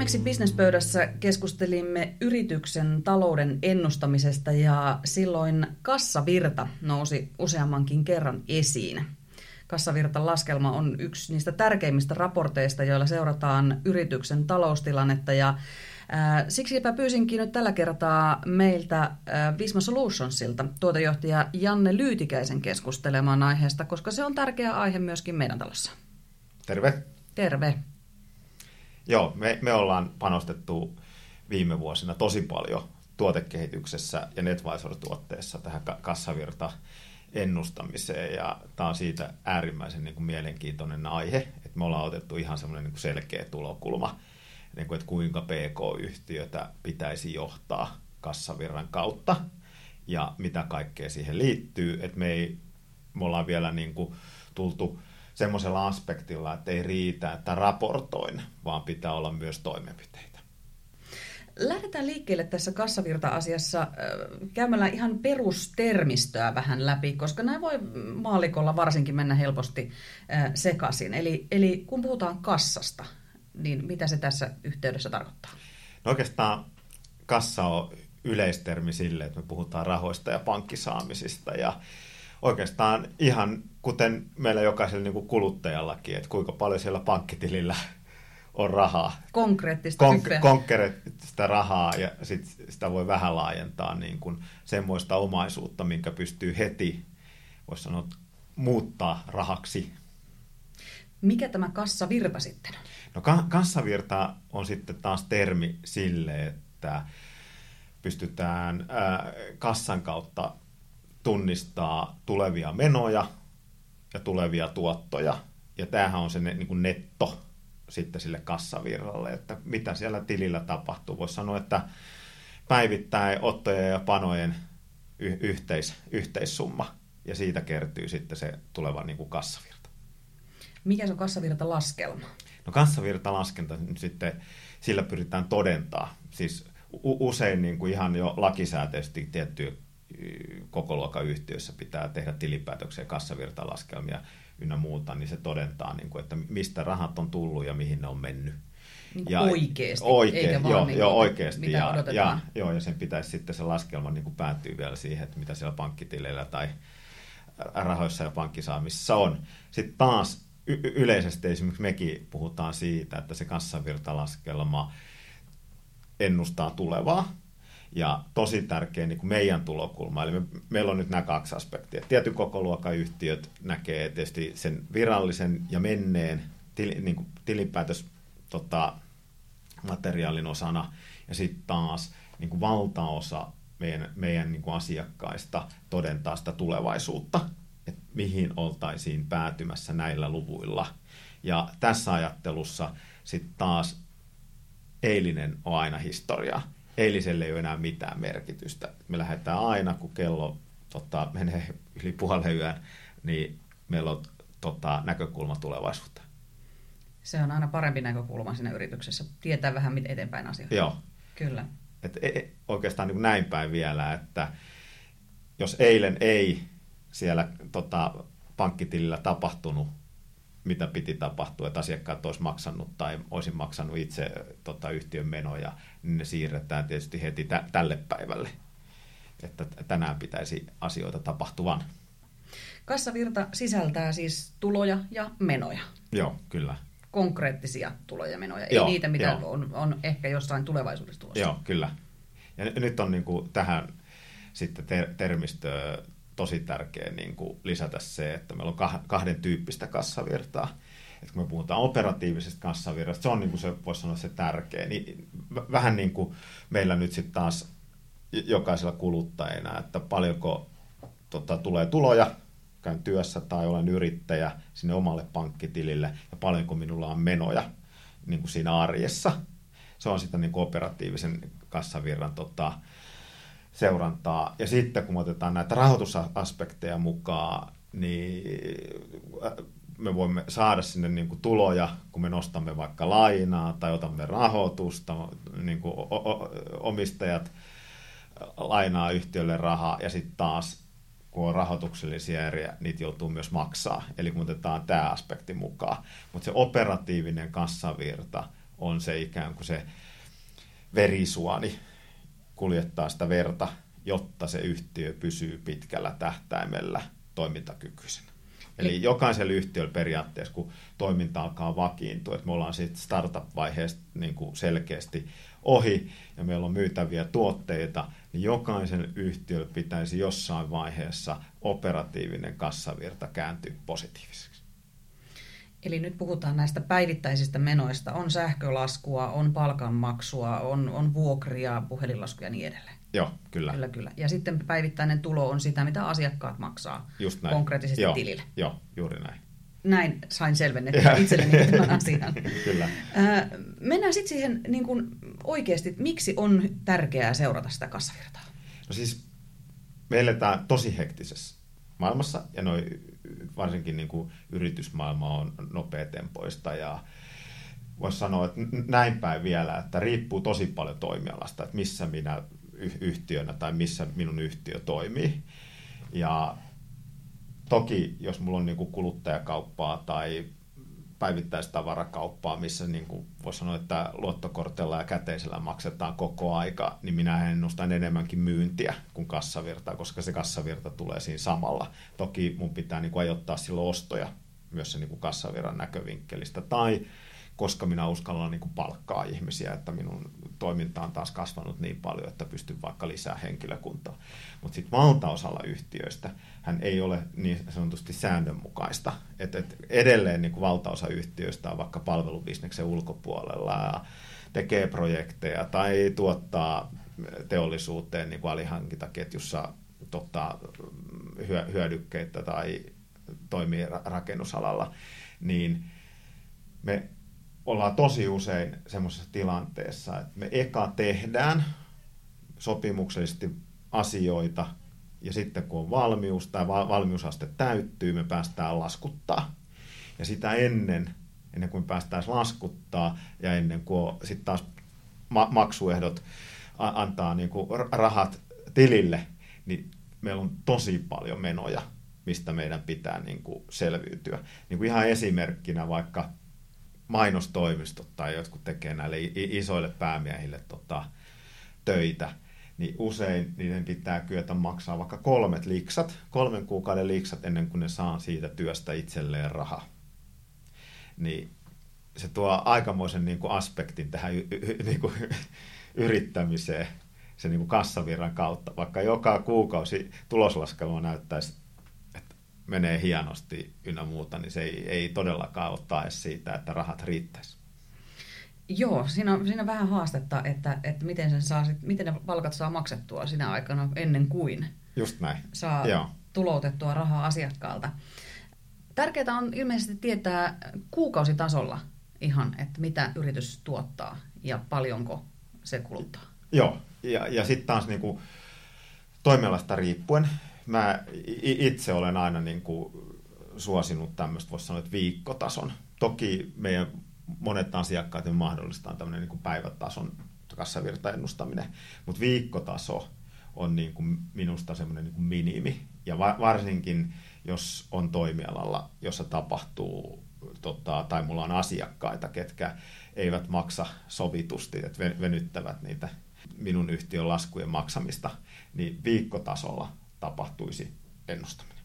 Viimeksi Businesspöydässä keskustelimme yrityksen talouden ennustamisesta ja silloin kassavirta nousi useammankin kerran esiin. Kassavirtan laskelma on yksi niistä tärkeimmistä raporteista, joilla seurataan yrityksen taloustilannetta ja siksipä pyysinkin nyt tällä kertaa meiltä Visma Solutionsilta tuotejohtaja Janne Lyytikäisen keskustelemaan aiheesta, koska se on tärkeä aihe myöskin meidän talossa. Terve. Terve. Joo, me ollaan panostettu viime vuosina tosi paljon tuotekehityksessä ja NetVisor-tuotteessa tähän kassavirta ennustamiseen, ja tämä on siitä äärimmäisen mielenkiintoinen aihe, että me ollaan otettu ihan semmoinen selkeä tulokulma, että kuinka PK-yhtiötä pitäisi johtaa kassavirran kautta ja mitä kaikkea siihen liittyy, että me ollaan vielä tultu semmoisella aspektilla, että ei riitä, että raportoin, vaan pitää olla myös toimenpiteitä. Lähdetään liikkeelle tässä kassavirta-asiassa käymällä ihan perustermistöä vähän läpi, koska nämä voi maallikolla varsinkin mennä helposti sekaisin. Eli kun puhutaan kassasta, niin mitä se tässä yhteydessä tarkoittaa? No oikeastaan kassa on yleistermi sille, että me puhutaan rahoista ja pankkisaamisista, ja oikeastaan ihan kuten meillä jokaisella kuluttajallakin, että kuinka paljon siellä pankkitilillä on rahaa. Konkreettista rahaa, ja sitä voi vähän laajentaa semmoista omaisuutta, minkä pystyy heti, voisi sanoa, muuttaa rahaksi. Mikä tämä kassavirta sitten on? No kassavirta on sitten taas termi sille, että pystytään kassan kautta tunnistaa tulevia menoja ja tulevia tuottoja. Ja tämähän on se netto sitten sille kassavirralle, että mitä siellä tilillä tapahtuu. Voisi sanoa, että päivittäin ottojen ja panojen yhteissumma, ja siitä kertyy sitten se tuleva kassavirta. Mikä se on kassavirtalaskelma? No kassavirtalaskenta nyt sitten, sillä pyritään todentaa. Siis usein ihan jo lakisääteisesti tiettyjä kokoluokan yhtiöissä pitää tehdä tilipäätöksiä, kassavirtalaskelmia ynnä muuta, niin se todentaa, että mistä rahat on tullut ja mihin ne on mennyt. Oikeasti, eikä vaan oikeasti. Mitä odotetaan. Ja sen pitäisi sitten se laskelma päätyä vielä siihen, että mitä siellä pankkitileillä tai rahoissa ja pankkisaamissa on. Sitten taas yleisesti esimerkiksi mekin puhutaan siitä, että se kassavirtalaskelma ennustaa tulevaa. Ja tosi tärkeä meidän tulokulma, eli meillä on nyt nämä kaksi aspektia. Tietyn kokoluokan yhtiöt näkee tietysti sen virallisen ja menneen tilinpäätös materiaalin osana, ja sitten taas valtaosa meidän asiakkaista todentaa sitä tulevaisuutta, että mihin oltaisiin päätymässä näillä luvuilla. Ja tässä ajattelussa sitten taas eilinen on aina historiaa. Eiliselle ei ole enää mitään merkitystä. Me lähdetään aina, kun kello menee yli puolen yön, niin meillä on näkökulma tulevaisuuteen. Se on aina parempi näkökulma siinä yrityksessä. Tietää vähän, miten eteenpäin asioita. Joo. Kyllä. Oikeastaan näin päin vielä, että jos eilen ei siellä pankkitilillä tapahtunut, mitä piti tapahtua, että asiakkaat olisi maksanut tai olisin maksanut itse yhtiön menoja, niin ne siirretään tietysti heti tälle päivälle, että tänään pitäisi asioita tapahtuvan. Kassavirta sisältää siis tuloja ja menoja. Joo, kyllä. Konkreettisia tuloja ja menoja, ei niitä, mitä on ehkä jossain tulevaisuudessa tulossa. Joo, kyllä. Ja nyt on tähän sitten termistöön tosi tärkeä lisätä se, että meillä on kahden tyyppistä kassavirtaa. Että kun me puhutaan operatiivisesta kassavirrasta, se on se, voisi sanoa, se tärkeä. Niin, vähän niin kuin meillä nyt sitten taas jokaisella kuluttajana, että paljonko tulee tuloja, käyn työssä tai olen yrittäjä sinne omalle pankkitilille, ja paljonko minulla on menoja siinä arjessa. Se on sitten operatiivisen kassavirran seurantaa. Ja sitten kun me otetaan näitä rahoitusaspekteja mukaan, niin me voimme saada sinne tuloja, kun me nostamme vaikka lainaa tai otamme rahoitusta, omistajat lainaa yhtiölle rahaa, ja sitten taas kun on rahoituksellisia eriä, niitä joutuu myös maksaa. Eli kun otetaan tämä aspekti mukaan. Mutta se operatiivinen kassavirta on se ikään kuin se verisuoni kuljettaa sitä verta, jotta se yhtiö pysyy pitkällä tähtäimellä toimintakykyisenä. Eli jokaisella yhtiöllä periaatteessa, kun toiminta alkaa vakiintua, että me ollaan sitten startup-vaiheesta niin kuin selkeästi ohi ja meillä on myytäviä tuotteita, niin jokaisen yhtiöllä pitäisi jossain vaiheessa operatiivinen kassavirta kääntyä positiiviseksi. Eli nyt puhutaan näistä päivittäisistä menoista. On sähkölaskua, on palkanmaksua, on vuokria, puhelinlaskuja ja niin edelleen. Joo, kyllä. Kyllä. Ja sitten päivittäinen tulo on sitä, mitä asiakkaat maksaa konkreettisesti tilille. Joo, juuri näin. Näin sain selvennettyä itselleni tämän asian. Kyllä. Mennään sitten siihen niin kuin oikeasti, miksi on tärkeää seurata sitä kassavirtaa? No siis me eletään tosi hektisessä maailmassa ja varsinkin niin kuin yritysmaailma on nopeatempoista ja voisi sanoa, että näin päin vielä, että riippuu tosi paljon toimialasta, että missä minä yhtiönä tai missä minun yhtiö toimii. Ja toki, jos mulla on niin kuin kuluttajakauppaa tai päivittäistavarakauppaa, missä niin kuin voisi sanoa, että luottokortilla ja käteisellä maksetaan koko aika, niin minä ennustan enemmänkin myyntiä kuin kassavirtaa, koska se kassavirta tulee siinä samalla. Toki mun pitää niin kuin ajoittaa silloin ostoja myös se niin kuin kassavirran näkövinkkelistä, tai koska minä uskallan niin kuin palkkaa ihmisiä, että minun toiminta on taas kasvanut niin paljon, että pystyn vaikka lisää henkilökuntaa. Mutta sitten valtaosalla yhtiöistä hän ei ole niin sanotusti säännönmukaista. Et edelleen niin kuin valtaosa yhtiöistä on vaikka palvelubisneksen ulkopuolella ja tekee projekteja tai tuottaa teollisuuteen niin kuin alihankintaketjussa hyödykkeitä tai toimii rakennusalalla, niin me ollaan tosi usein semmoisessa tilanteessa, että me eka tehdään sopimuksellisesti asioita ja sitten kun on valmius tai valmiusaste täyttyy, me päästään laskuttaa. Ja sitä ennen kuin päästään laskuttaa ja ennen kuin sitten taas maksuehdot antaa niin kuin rahat tilille, niin meillä on tosi paljon menoja, mistä meidän pitää niin kuin selviytyä. Niin kuin ihan esimerkkinä vaikka mainostoimistot tai jotkut tekee näille isoille päämiehille töitä, niin usein niiden pitää kyetä maksaa vaikka 3 kuukauden liksat ennen kuin ne saa siitä työstä itselleen rahaa. Niin se tuo aikamoisen niin kuin aspektin tähän niin kuin yrittämiseen se niin kuin kassavirran kautta, vaikka joka kuukausi tuloslaskelma näyttäisi, menee hienosti ynnä muuta, niin se ei todellakaan ole tae siitä, että rahat riittäisi. Joo, siinä on vähän haastetta, että miten ne palkat saa maksettua sinä aikana ennen kuin just näin. Saa tuloutettua rahaa asiakkaalta. Tärkeää on ilmeisesti tietää kuukausitasolla ihan, että mitä yritys tuottaa ja paljonko se kuluttaa. Joo, ja sitten taas niin kuin toimialasta riippuen, mä itse olen aina niin kuin suosinut tämmöistä, voisi sanoa, että viikkotason. Toki meidän monet asiakkaat mahdollistaa tämmöinen niin kuin päivätason kassavirtaennustaminen, mutta viikkotaso on niin kuin minusta semmoinen niin kuin minimi. Ja varsinkin, jos on toimialalla, jossa tapahtuu, tai mulla on asiakkaita, ketkä eivät maksa sovitusti, että venyttävät niitä minun yhtiön laskujen maksamista, niin viikkotasolla tapahtuisi ennustaminen.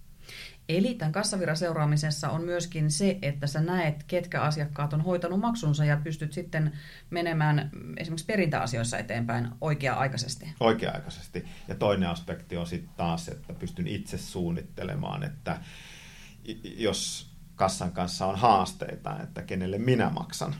Eli tämän kassavirran seuraamisessa on myöskin se, että sä näet, ketkä asiakkaat on hoitanut maksunsa ja pystyt sitten menemään esimerkiksi perintäasioissa eteenpäin oikea-aikaisesti. Oikea-aikaisesti. Ja toinen aspekti on sitten taas, että pystyn itse suunnittelemaan, että jos kassan kanssa on haasteita, että kenelle minä maksan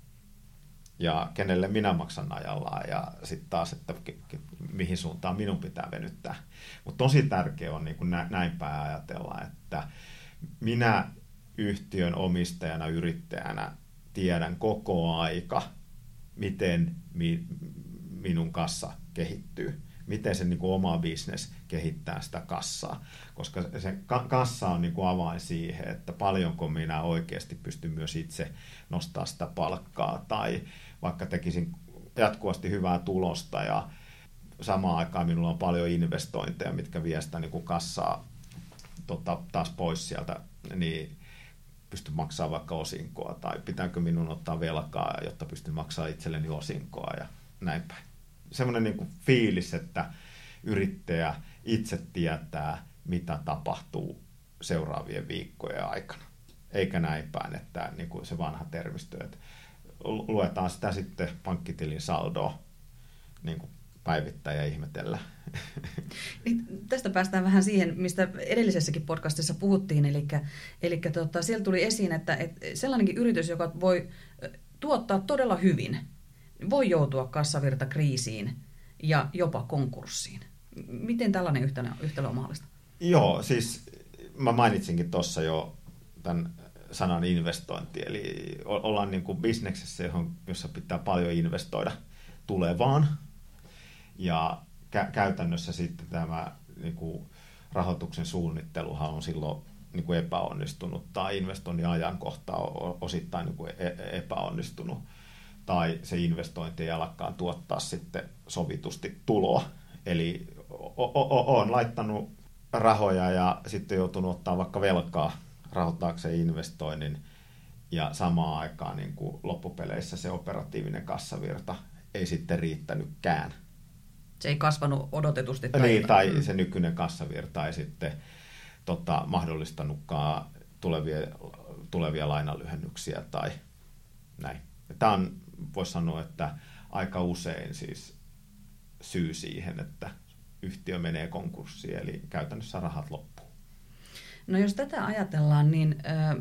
ja kenelle minä maksan ajallaan ja sitten taas, että mihin suuntaan minun pitää venyttää. Mutta tosi tärkeää on niin kuin näin päin ajatella, että minä yhtiön omistajana, yrittäjänä tiedän koko aika, miten minun kassa kehittyy. Miten se niin kuin oma business kehittää sitä kassaa. Koska se kassa on niin kuin avain siihen, että paljonko minä oikeasti pystyn myös itse nostamaan sitä palkkaa tai vaikka tekisin jatkuvasti hyvää tulosta ja samaan aikaan minulla on paljon investointeja, mitkä vie sitä niin kuin kassaa taas pois sieltä, niin pystyn maksamaan vaikka osinkoa, tai pitääkö minun ottaa velkaa, jotta pystyn maksamaan itselleni osinkoa ja näin päin. Semmoinen niin kuin fiilis, että yrittäjä itse tietää, mitä tapahtuu seuraavien viikkojen aikana. Eikä näin päin, että niin kuin se vanha termistö, että luetaan sitä sitten pankkitilin saldoa niin kuin päivittäin ja ihmetellä. Niin, tästä päästään vähän siihen, mistä edellisessäkin podcastissa puhuttiin, eli siellä tuli esiin, että sellainenkin yritys, joka voi tuottaa todella hyvin, voi joutua kassavirtakriisiin ja jopa konkurssiin. Miten tällainen yhtälö on mahdollista? Joo, siis mä mainitsinkin tuossa jo tämän sanan investointi, eli ollaan niin kuin bisneksessä, jossa pitää paljon investoida tulevaan, ja käytännössä sitten tämä niin kuin rahoituksen suunnitteluhan on silloin niin kuin epäonnistunut, tai investoinnin ajankohta on osittain niin kuin epäonnistunut, tai se investointi ei alakaan tuottaa sitten sovitusti tuloa. Eli olen laittanut rahoja ja sitten joutunut ottaa vaikka velkaa rahoittaakseen investoinnin, ja samaan aikaan niin kuin loppupeleissä se operatiivinen kassavirta ei sitten riittänytkään. Se ei kasvanut odotetusti. Tai se nykyinen kassavirta ei sitten mahdollistanutkaan tulevia lainalyhennyksiä tai näin. Tämä on, voisi sanoa, että aika usein siis syy siihen, että yhtiö menee konkurssiin, eli käytännössä rahat loppuu. No jos tätä ajatellaan, niin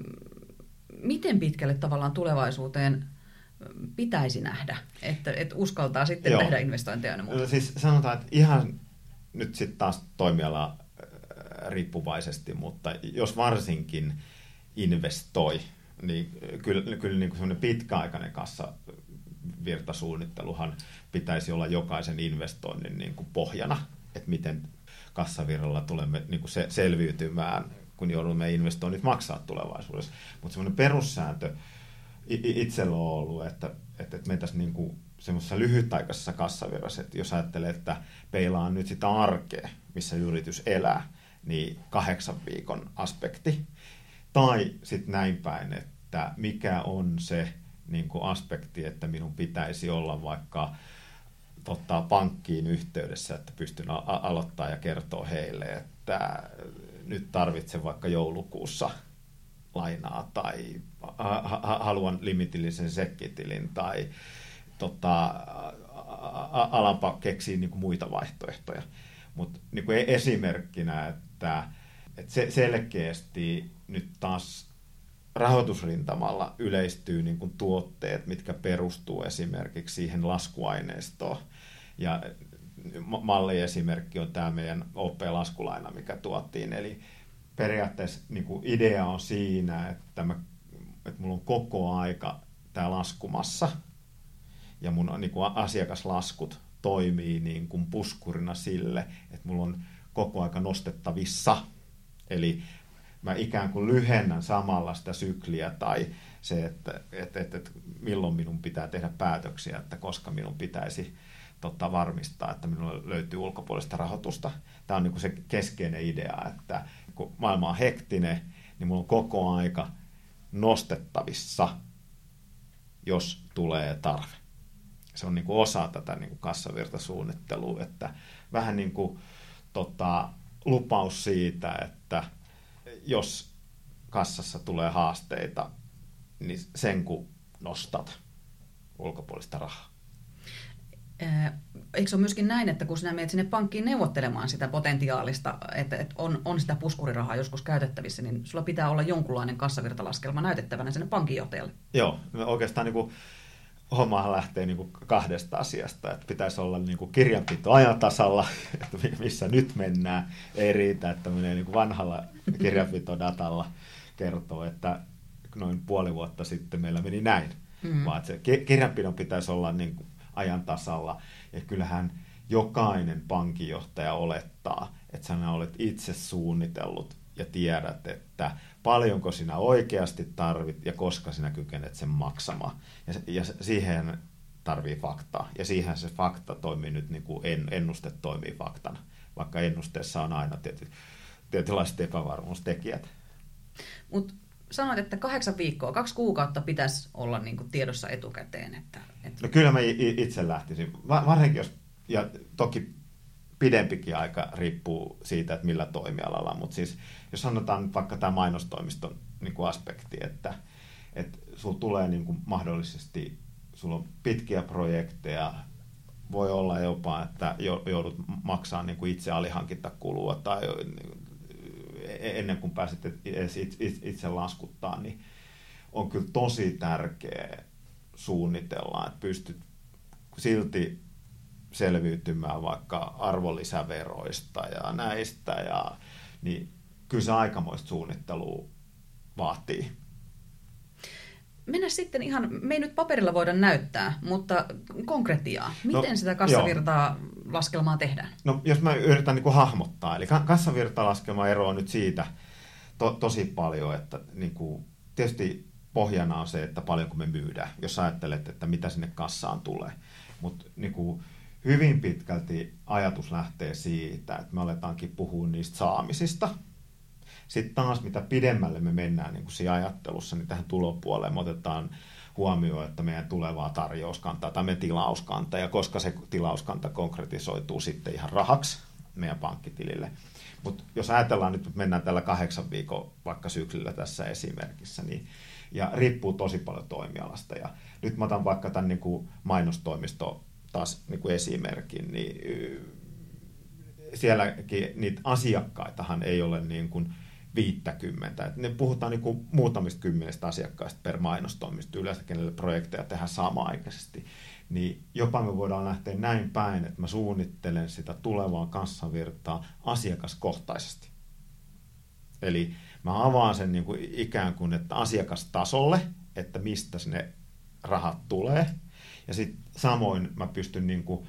miten pitkälle tavallaan tulevaisuuteen pitäisi nähdä, että uskaltaa sitten tehdä investointeja ja muuta? Siis sanotaan, että ihan nyt sitten taas toimiala riippuvaisesti, mutta jos varsinkin investoi, niin kyllä niin kuin semmoinen pitkäaikainen kassavirtasuunnitteluhan pitäisi olla jokaisen investoinnin niin kuin pohjana, että miten kassavirralla tulemme niin kuin selviytymään, kun joudumme investoinnit maksaa tulevaisuudessa. Mutta semmoinen perussääntö itsellä on ollut, että mentäisiin niin kuin semmoisessa lyhytaikaisessa kassavirrassa, että jos ajattelee, että peilaan nyt sitä arkea, missä yritys elää, niin 8 viikon aspekti. Tai sitten näin päin, että mikä on se niin kuin aspekti, että minun pitäisi olla vaikka pankkiin yhteydessä, että pystyn aloittamaan ja kertoa heille, että nyt tarvitsen vaikka joulukuussa lainaa tai haluan limitillisen sekkitilin tai alanpa keksiä niin kuin muita vaihtoehtoja. Mutta niin kuin esimerkkinä, että selkeästi nyt taas rahoitusrintamalla yleistyy niin kuin tuotteet, mitkä perustuu esimerkiksi siihen laskuaineistoon. Ja malliesimerkki on tämä meidän OP-laskulaina, mikä tuotiin. Eli periaatteessa niin kuin idea on siinä, että mulla on koko aika tämä laskumassa ja mun niin kuin asiakaslaskut toimii niin kuin puskurina sille, että mulla on koko aika nostettavissa. Eli mä ikään kuin lyhennän samalla sitä sykliä tai se, että milloin minun pitää tehdä päätöksiä, että koska minun pitäisi varmistaa, että minulle löytyy ulkopuolista rahoitusta. Tämä on niin kuin se keskeinen idea, että kun maailma on hektinen, niin mulla on koko aika nostettavissa, jos tulee tarve. Se on niin kuin osa tätä niin kuin kassavirtasuunnittelua, että vähän niin kuin lupaus siitä, että jos kassassa tulee haasteita, niin sen kun nostat ulkopuolista rahaa. Eikö se ole myöskin näin, että kun sinä menet sinne pankkiin neuvottelemaan sitä potentiaalista, että on sitä puskurirahaa joskus käytettävissä, niin sulla pitää olla jonkunlainen kassavirtalaskelma näytettävänä sinne pankinjohtajalle? Joo, oikeastaan niin kuin hommahan lähtee niin kuin 2 asiasta, että pitäisi olla niin kuin kirjanpito ajan tasalla, että missä nyt mennään, ei riitä, että menee niin kuin vanhalla kirjanpitodatalla kertoo, että noin puoli vuotta sitten meillä meni näin, vaan että se kirjanpidon pitäisi olla niin kuin ajan tasalla, ja kyllähän jokainen pankinjohtaja olettaa, että sinä olet itse suunnitellut ja tiedät, että paljonko sinä oikeasti tarvit ja koska sinä kykenet sen maksamaan. Ja siihen tarvii faktaa. Ja siihen se fakta toimii nyt niin kuin ennuste toimii faktana, vaikka ennusteessa on aina tietynlaiset epävarmuustekijät. Mutta sanoit, että 8 viikkoa, 2 kuukautta pitäisi olla niin kuin tiedossa etukäteen. No kyllä mä itse lähtisin. Varsinkin jos, ja toki pidempikin aika riippuu siitä, että millä toimialalla, mutta siis jos sanotaan nyt vaikka tämä mainostoimiston niin kuin aspekti, että sulla tulee niin kuin mahdollisesti, sulla on pitkiä projekteja, voi olla jopa, että joudut maksaa niin kuin itse alihankintakulua tai ennen kuin pääset itse laskuttaa, niin on kyllä tosi tärkeä suunnitella, että pystyt silti selviytymään vaikka arvonlisäveroista ja näistä, niin kyllä se aikamoista suunnittelua vaatii. Mennään sitten ihan, me ei nyt paperilla voida näyttää, mutta konkretiaa. Miten sitä kassavirtaa laskelmaa tehdään? No jos mä yritän niin kuin hahmottaa, eli kassavirtalaskelma eroaa nyt siitä tosi paljon, että niin kuin, tietysti pohjana on se, että paljonko me myydään, jos ajattelet, että mitä sinne kassaan tulee. Mutta niin kuin hyvin pitkälti ajatus lähtee siitä, että me aletaankin puhua niistä saamisista. Sitten taas mitä pidemmälle me mennään niin kuin siinä ajattelussa, niin tähän tulopuoleen me otetaan huomioon, että meidän tulevaa tarjouskantaa tai meidän tilauskanta, ja koska se tilauskanta konkretisoituu sitten ihan rahaksi meidän pankkitilille. Mutta jos ajatellaan nyt, että mennään tällä 8 viikon vaikka syklillä tässä esimerkissä, niin, ja riippuu tosi paljon toimialasta. Ja nyt mä otan vaikka tämän niin kuin mainostoimisto taas niin kuin esimerkin, niin sielläkin niitä asiakkaitahan ei ole niin kuin 50. Et ne puhutaan niin kuin muutamista kymmenestä asiakkaista per mainostoimisto, yleensä kenelle projekteja tehdään samaaikaisesti. Niin jopa me voidaan lähteä näin päin, että mä suunnittelen sitä tulevaa kassavirtaa asiakaskohtaisesti. Eli mä avaan sen niin kuin ikään kuin että asiakastasolle, että mistä ne rahat tulee. Ja sitten samoin mä pystyn niin kuin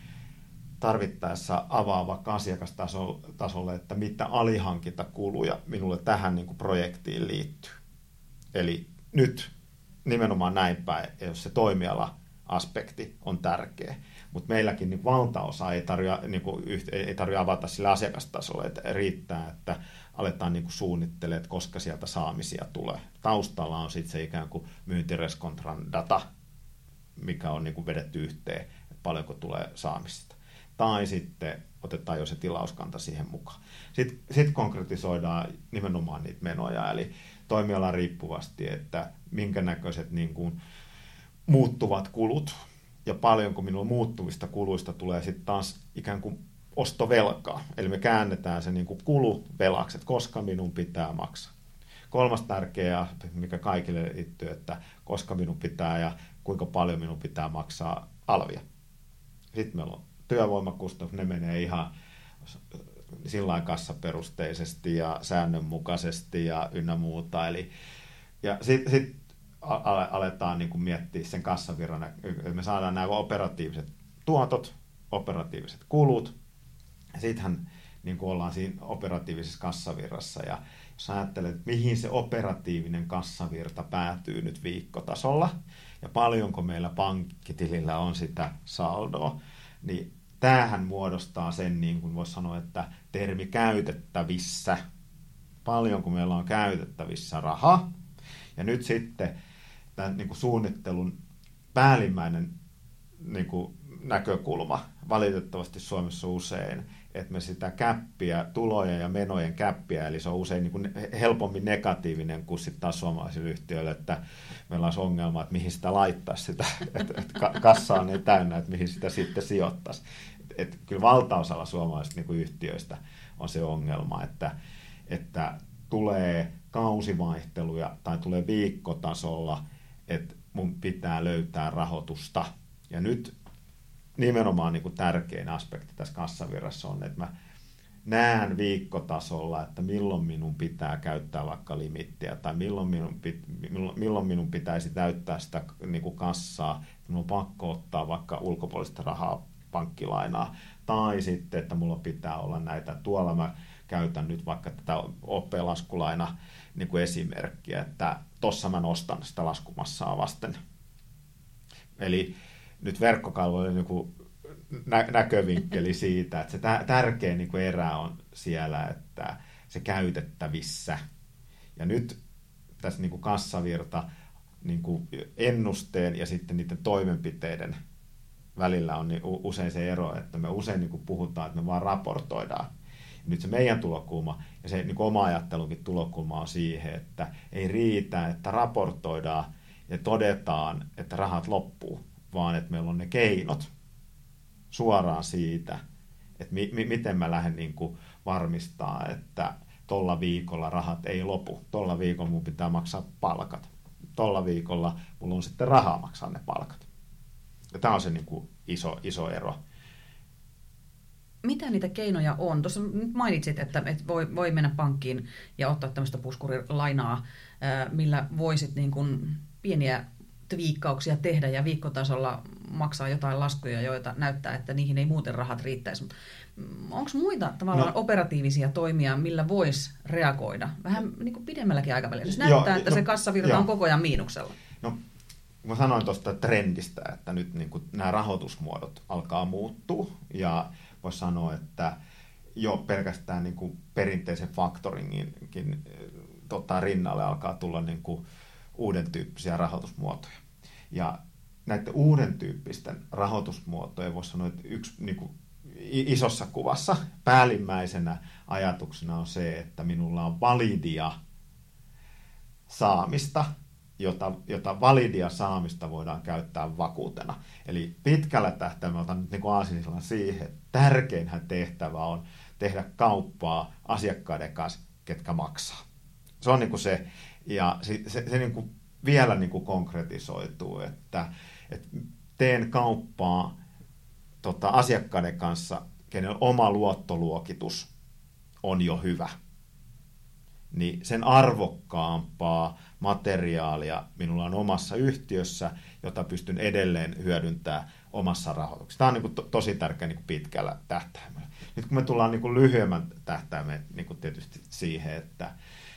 tarvittaessa avaa vaikka asiakastasolle, että mitä alihankintakuluja minulle tähän niin kuin projektiin liittyy. Eli nyt nimenomaan näin päin, jos se toimiala-aspekti on tärkeä. Mutta meilläkin niin valtaosa ei tarvitse avata sille asiakastasolle, että riittää, että aletaan niin kuin suunnittelemaan, että koska sieltä saamisia tulee. Taustalla on sitten se ikään kuin myyntireskontran data, mikä on niin kuin vedetty yhteen, että paljonko tulee saamista. Tai sitten otetaan jo se tilauskanta siihen mukaan. Sitten konkretisoidaan nimenomaan niitä menoja, eli toimialan riippuvasti, että minkä näköiset niin kuin muuttuvat kulut ja paljonko minulla muuttuvista kuluista tulee sitten taas ikään kuin ostovelkaa. Eli me käännetään se niin kuin kulu velaksi, että koska minun pitää maksaa. Kolmas tärkeä, mikä kaikille liittyy, että koska minun pitää ja kuinka paljon minun pitää maksaa alvia. Sitten meillä on työvoimakustannus, ne menee ihan sillain kassaperusteisesti ja säännönmukaisesti ja ynnä muuta. Ja sitten aletaan niin kuin miettiä sen kassavirran, että me saadaan nämä operatiiviset tuotot, operatiiviset kulut, ja sittenhän niin kuin ollaan siinä operatiivisessa kassavirrassa, ja jos ajattelet, että mihin se operatiivinen kassavirta päätyy nyt viikkotasolla, ja paljonko meillä pankkitilillä on sitä saldoa, niin tämähän muodostaa sen, niin kuin voisi sanoa, että termi käytettävissä, paljonko meillä on käytettävissä rahaa. Ja nyt sitten tämän niin kuin suunnittelun päällimmäinen niin kuin näkökulma, valitettavasti Suomessa usein, että me sitä käppiä, tulojen ja menojen käppiä, eli se on usein niin kuin helpommin negatiivinen kuin sitten taas suomalaisille yhtiöille, että meillä olisi ongelma, että mihin sitä laittaisi sitä, että kassa on niin täynnä, että mihin sitä sitten sijoittaisi. Että kyllä valtaosalla suomalaisista niin kuin yhtiöistä on se ongelma, että tulee kausivaihteluja tai tulee viikkotasolla, että mun pitää löytää rahoitusta. Ja nyt nimenomaan niin kuin tärkein aspekti tässä kassavirrassa on, että mä näen viikkotasolla, että milloin minun pitää käyttää vaikka limittiä tai milloin minun pitäisi täyttää sitä niin kuin kassaa, että minun on pakko ottaa vaikka ulkopuolista rahaa, pankkilainaa, tai sitten, että mulla pitää olla näitä, tuolla mä käytän nyt vaikka tätä OP-laskulaina niin kuin esimerkkiä, että tossa mä nostan sitä laskumassaa vasten. Eli nyt verkkokalvo oli niin kuin näkövinkkeli siitä, että se tärkein niin kuin erä on siellä, että se käytettävissä. Ja nyt tässä niin kuin kassavirta niin kuin ennusteen ja sitten niiden toimenpiteiden välillä on niin usein se ero, että me usein niin kuin puhutaan, että me vaan raportoidaan. Nyt se meidän tulokulma ja se niin kuin oma ajattelunkin tulokulma on siihen, että ei riitä, että raportoidaan ja todetaan, että rahat loppuu, vaan että meillä on ne keinot suoraan siitä, että miten mä lähden niin kuin varmistaa, että tolla viikolla rahat ei lopu. Tolla viikolla mun pitää maksaa palkat. Tolla viikolla mulla on sitten rahaa maksaa ne palkat. Ja tämä on se niin kuin iso ero. Mitä niitä keinoja on? Tuossa nyt mainitsit, että voi mennä pankkiin ja ottaa tämmöistä puskurilainaa, millä voisit niin kuin pieniä twiikkauksia tehdä ja viikkotasolla maksaa jotain laskuja, joita näyttää, että niihin ei muuten rahat riittäisi. Onko muita tavallaan operatiivisia toimia, millä voisi reagoida vähän niin kuin pidemmälläkin aikavälillä? Jos näyttää, että se kassavirta on koko ajan miinuksella. No, mä sanoin tuosta trendistä, että nyt niin kuin nämä rahoitusmuodot alkaa muuttua ja voisi sanoa, että jo pelkästään niin kuin perinteisen faktoringinkin rinnalle alkaa tulla niin kuin uuden tyyppisiä rahoitusmuotoja. Ja näiden uuden tyyppisten rahoitusmuotoja voisi sanoa, että yksi niin kuin isossa kuvassa päällimmäisenä ajatuksena on se, että minulla on validia saamista, jota validia saamista voidaan käyttää vakuutena. Eli pitkällä tähtäimellä nyt niin aasinsillan siihen, että tärkeinhän tehtävä on tehdä kauppaa asiakkaiden kanssa, ketkä maksaa. Se on niin kuin se, ja se niin kuin vielä niin kuin konkretisoituu, että teen kauppaa asiakkaiden kanssa, kenen oma luottoluokitus on jo hyvä. Niin sen arvokkaampaa materiaalia minulla on omassa yhtiössä, jota pystyn edelleen hyödyntämään omassa rahoituksessa. Tämä on niin kuin tosi tärkeä niin kuin pitkällä tähtäimellä. Nyt kun me tullaan niin kuin lyhyemmän tähtäimellä niin kuin tietysti siihen, että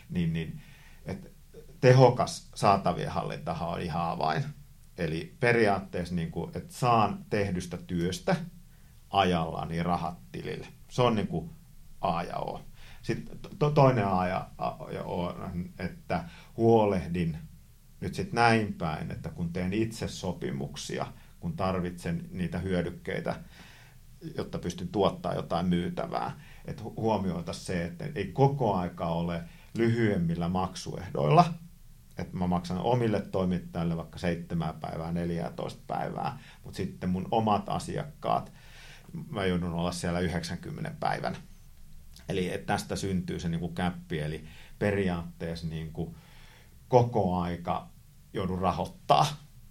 että tehokas saatavien hallintahan on ihan avain. Eli periaatteessa, niin kuin, että saan tehdystä työstä ajallaan niin rahat tilille. Se on niin kuin A ja O. Sitten toinen A ja O on, että huolehdin nyt sitten näin päin, että kun teen itse sopimuksia, kun tarvitsen niitä hyödykkeitä, jotta pystyn tuottamaan jotain myytävää, että huomioitaisiin se, että ei koko aika ole lyhyemmillä maksuehdoilla, että mä maksan omille toimittajille vaikka 7 päivää, 14 päivää, mutta sitten mun omat asiakkaat, mä joudun olla siellä 90 päivän. Eli että tästä syntyy se niin kuin käppi, eli periaatteessa niin kuin koko aika joudun rahoittaa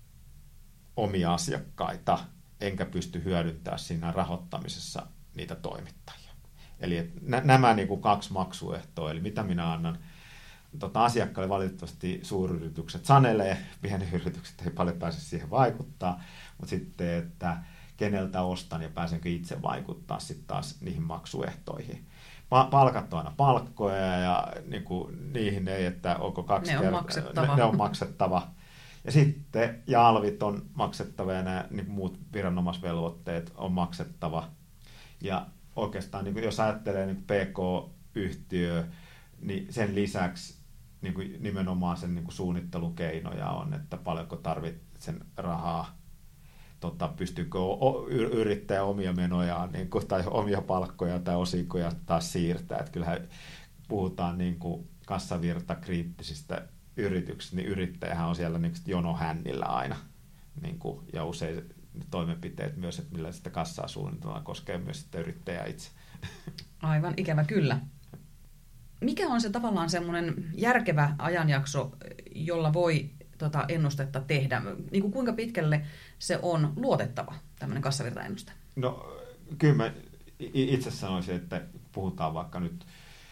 omia asiakkaita, enkä pysty hyödyntämään siinä rahoittamisessa niitä toimittajia. Eli nämä niin kuin 2 maksuehtoa, eli mitä minä annan asiakkaille, valitettavasti suuryritykset sanelee, pienet yritykset ei paljon pääse siihen vaikuttaa, mutta sitten, että keneltä ostan ja pääsenkö itse vaikuttaa sitten taas niihin maksuehtoihin. Palkat on aina palkkoja ja niin kuin, niihin ei, että onko 2 kertaa. Ne on maksettava. Ja sitten alvit on maksettava ja nämä niin muut viranomaisvelvoitteet on maksettava. Ja oikeastaan niin kuin, jos ajattelee niin PK-yhtiö, niin sen lisäksi niin kuin nimenomaan sen niin kuin suunnittelukeinoja on, että paljonko tarvitsen rahaa, pystyykö yrittäjä omia menojaan niin kuin, tai omia palkkoja tai osinkoja taas siirtää. Että kyllähän puhutaan niin kuin kassavirtakriittisistä yrityksistä, niin yrittäjähän on siellä niin jonohännillä aina. Niin kuin, ja usein toimenpiteet myös, että millä sitä kassaa suunnitellaan, koskee myös sitä yrittäjää itse. Aivan, ikävä kyllä. Mikä on se tavallaan semmoinen järkevä ajanjakso, jolla voi ennustetta tehdä? Niin kuin kuinka pitkälle se on luotettava, tämmöinen kassavirtaennuste? No kyllä mä itse sanoisin, että puhutaan vaikka nyt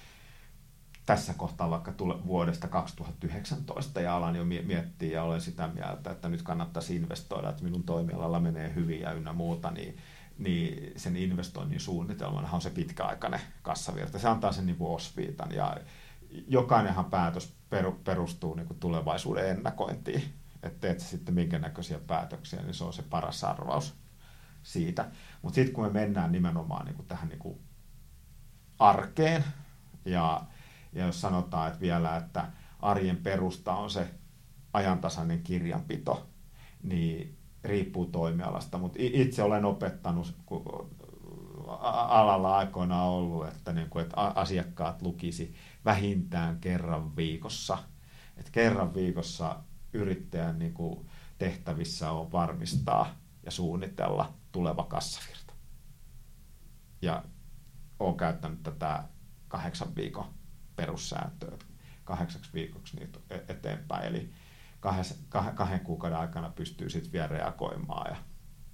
tässä kohtaa vaikka vuodesta 2019 ja alan jo miettiä ja olen sitä mieltä, että nyt kannattaisi investoida, että minun toimialalla menee hyvin ja ynnä muuta, niin sen investoinnin suunnitelmanahan on se pitkäaikainen kassavirta. Se antaa sen niin kuin osviitan ja jokainenhan päätös perustuu niin kuin tulevaisuuden ennakointiin. Että teet sitten minkä näköisiä päätöksiä, niin se on se paras arvaus siitä. Mutta sitten kun me mennään nimenomaan niin kuin tähän niin kuin arkeen ja jos sanotaan, että vielä, että arjen perusta on se ajantasainen kirjanpito, niin riippuu toimialasta, mutta itse olen opettanut, kun alalla aikoinaan ollut, että asiakkaat lukisi vähintään kerran viikossa. Että kerran viikossa yrittäjän tehtävissä on varmistaa ja suunnitella tuleva kassavirta. Ja olen käyttänyt tätä 8 viikon perussääntöä 8 viikoksi niitä eteenpäin. Eli 2 kuukauden aikana pystyy sitten vielä reagoimaan ja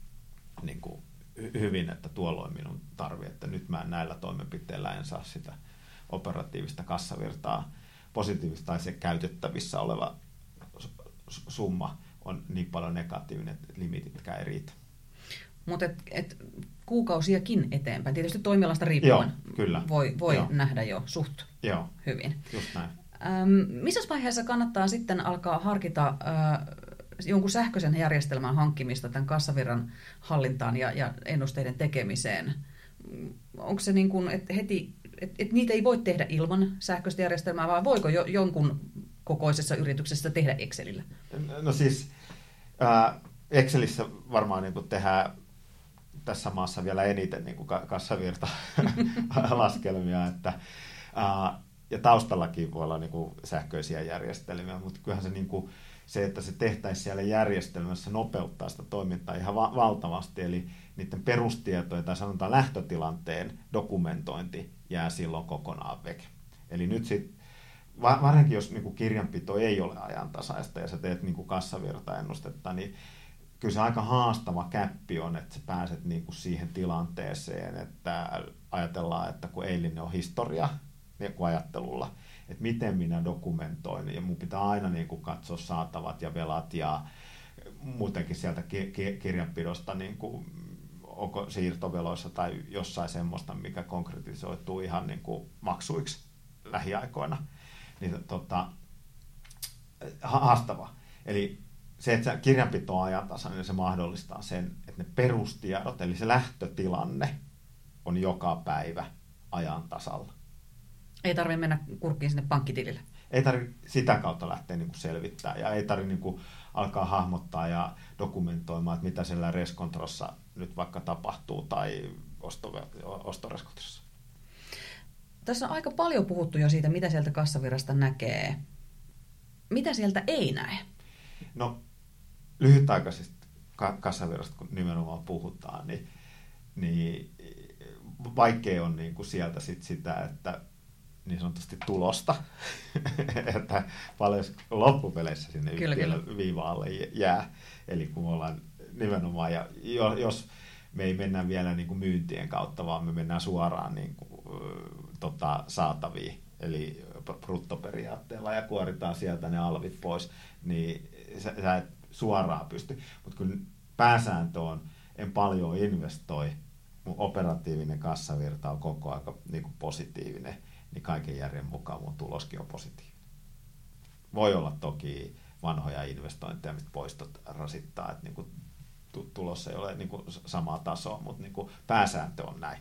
hyvin, että tuolloin minun tarvii, että nyt mä näillä toimenpiteillä en saa sitä operatiivista kassavirtaa positiivista tai se käytettävissä oleva summa on niin paljon negatiivinen, että limiitit ei riitä. Mutta kuukausiakin eteenpäin. Tietysti toimialasta riippuen voi nähdä jo suht hyvin. Just näin. Missä vaiheessa kannattaa sitten alkaa harkita jonkun sähköisen järjestelmän hankkimista tämän kassavirran hallintaan ja ennusteiden tekemiseen? Onko se niin kuin, että heti, että niitä ei voi tehdä ilman sähköistä järjestelmää, vai voiko jonkun kokoisessa yrityksessä tehdä Excelillä? No siis Excelissä varmaan niin kuin tehdään tässä maassa vielä eniten niin kuin kassavirta-laskelmia, ja taustallakin voi olla niin kuin sähköisiä järjestelmiä, mutta kyllähän se, niin kuin, se, että se tehtäisiin siellä järjestelmässä, nopeuttaa sitä toimintaa ihan valtavasti, eli niiden perustietojen tai sanotaan lähtötilanteen dokumentointi jää silloin kokonaan veke. Eli nyt sitten, varsinkin jos niin kuin kirjanpito ei ole ajantasaista ja sä teet niin kuin kassavirtaennustetta, niin kyllä se aika haastava käppi on, että sä pääset niin kuin siihen tilanteeseen, että ajatellaan, että kun eilinen on historia, niin kuin ajattelulla, että miten minä dokumentoin, ja mun pitää aina niin kuin katsoa saatavat ja velat ja muutenkin sieltä kirjanpidosta, niin kuin, onko siirtoveloissa tai jossain semmoista, mikä konkretisoituu ihan niin kuin maksuiksi lähiaikoina, niin haastava. Eli se, että kirjanpito on ajantasainen, niin se mahdollistaa sen, että ne perustiedot, eli se lähtötilanne on joka päivä ajan tasalla. Ei tarvitse mennä kurkkiin sinne pankkitilille. Ei tarvitse sitä kautta lähteä niin kuin selvittämään ja ei tarvitse niin kuin alkaa hahmottaa ja dokumentoimaan, että mitä siellä reskontrossa nyt vaikka tapahtuu tai ostoreskontrossa. Tässä on aika paljon puhuttu jo siitä, mitä sieltä kassavirrasta näkee. Mitä sieltä ei näe? No lyhytaikaisesta kassavirrasta, kun nimenomaan puhutaan, niin vaikea on niin kuin sieltä sitä, että niin sanotusti tulosta, että paljon loppupeleissä sinne yhtiölle viivaalle jää. Eli kun me ollaan nimenomaan, ja jos me ei mennä vielä niin kuin myyntien kautta, vaan me mennään suoraan niin kuin, saataviin, eli bruttoperiaatteella, ja kuoritaan sieltä ne alvit pois, niin sä et suoraan pysty. Mutta kun pääsääntö on, en paljon investoi, mun operatiivinen kassavirta on koko ajan niin kuin positiivinen, niin kaiken järjen mukaan mun tuloskin on positiivinen. Voi olla toki vanhoja investointeja, mistä poistot rasittaa, että niin kuin tulos ei ole niin kuin samaa tasoa, mutta niin kuin pääsääntö on näin.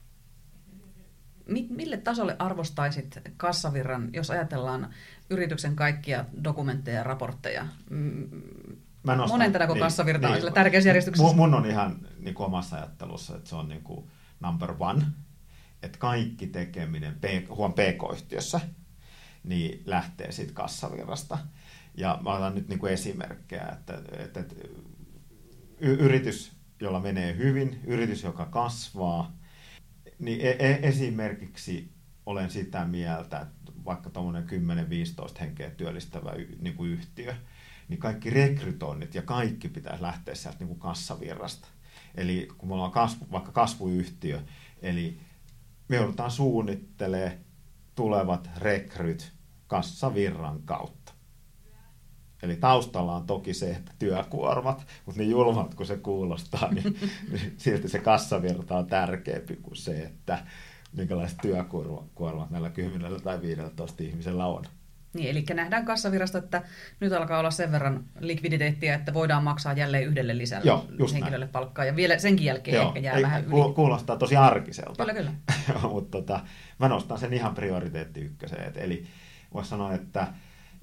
Mille tasolle arvostaisit kassavirran, jos ajatellaan yrityksen kaikkia dokumentteja ja raportteja? Monentenako kassavirta on sillä tärkeässä järjestyksessä? Mun on ihan niin kuin omassa ajattelussa, että se on niin kuin number one. Että kaikki tekeminen PK-yhtiössä niin lähtee siitä kassavirrasta. Ja mä otan nyt niin kuin esimerkkejä, että yritys, jolla menee hyvin, yritys, joka kasvaa, niin esimerkiksi olen sitä mieltä, että vaikka tuommoinen 10-15 henkeä työllistävä niin kuin yhtiö, niin kaikki rekrytoinnit ja kaikki pitäisi lähteä sieltä niin kuin kassavirrasta. Eli kun me ollaan vaikka kasvuyhtiö, eli me joudutaan suunnittelemaan tulevat rekryt kassavirran kautta. Eli taustalla on toki se, että työkuormat, mutta niin julmat kuin se kuulostaa, niin silti se kassavirta on tärkeämpi kuin se, että minkälaiset työkuormat näillä 10 tai 15 ihmisellä on. Niin, eli nähdään kassavirrasta, että nyt alkaa olla sen verran likviditeettiä, että voidaan maksaa jälleen yhdelle lisälle henkilölle näin palkkaa, ja vielä senkin jälkeen ehkä jää vähän yli. Kuulostaa tosi arkiselta. Kyllä. Mutta mä nostan sen ihan prioriteetti ykköseen. Eli voisi sanoa, että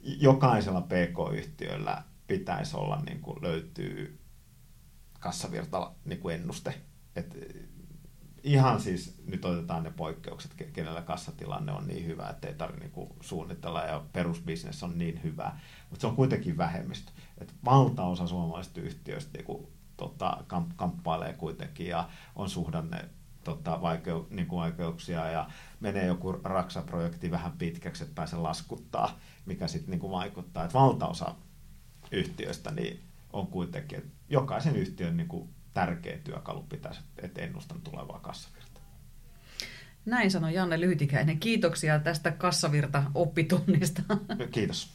jokaisella PK-yhtiöllä pitäisi olla, niin kuin löytyy kassavirta niin kuin ennuste. Et ihan siis nyt otetaan ne poikkeukset, kenellä kassatilanne on niin hyvä, että ei tarvitse niin kuin suunnitella ja perusbisnes on niin hyvä, mutta se on kuitenkin vähemmistö. Et valtaosa suomalaisista yhtiöistä niin kuin, kamppailee kuitenkin ja on suhdanne niin kuin vaikeuksia ja menee joku Raksa-projekti vähän pitkäksi, että pääse laskuttaa, mikä sitten niin kuin vaikuttaa. Et valtaosa yhtiöistä niin on kuitenkin, että jokaisen yhtiön niin kuin tärkeä työkalu pitäisi, että ennustan tulevaa kassavirtaa. Näin sanoi Janne Lyhytikäinen. Kiitoksia tästä kassavirta-oppitunnista. Kiitos.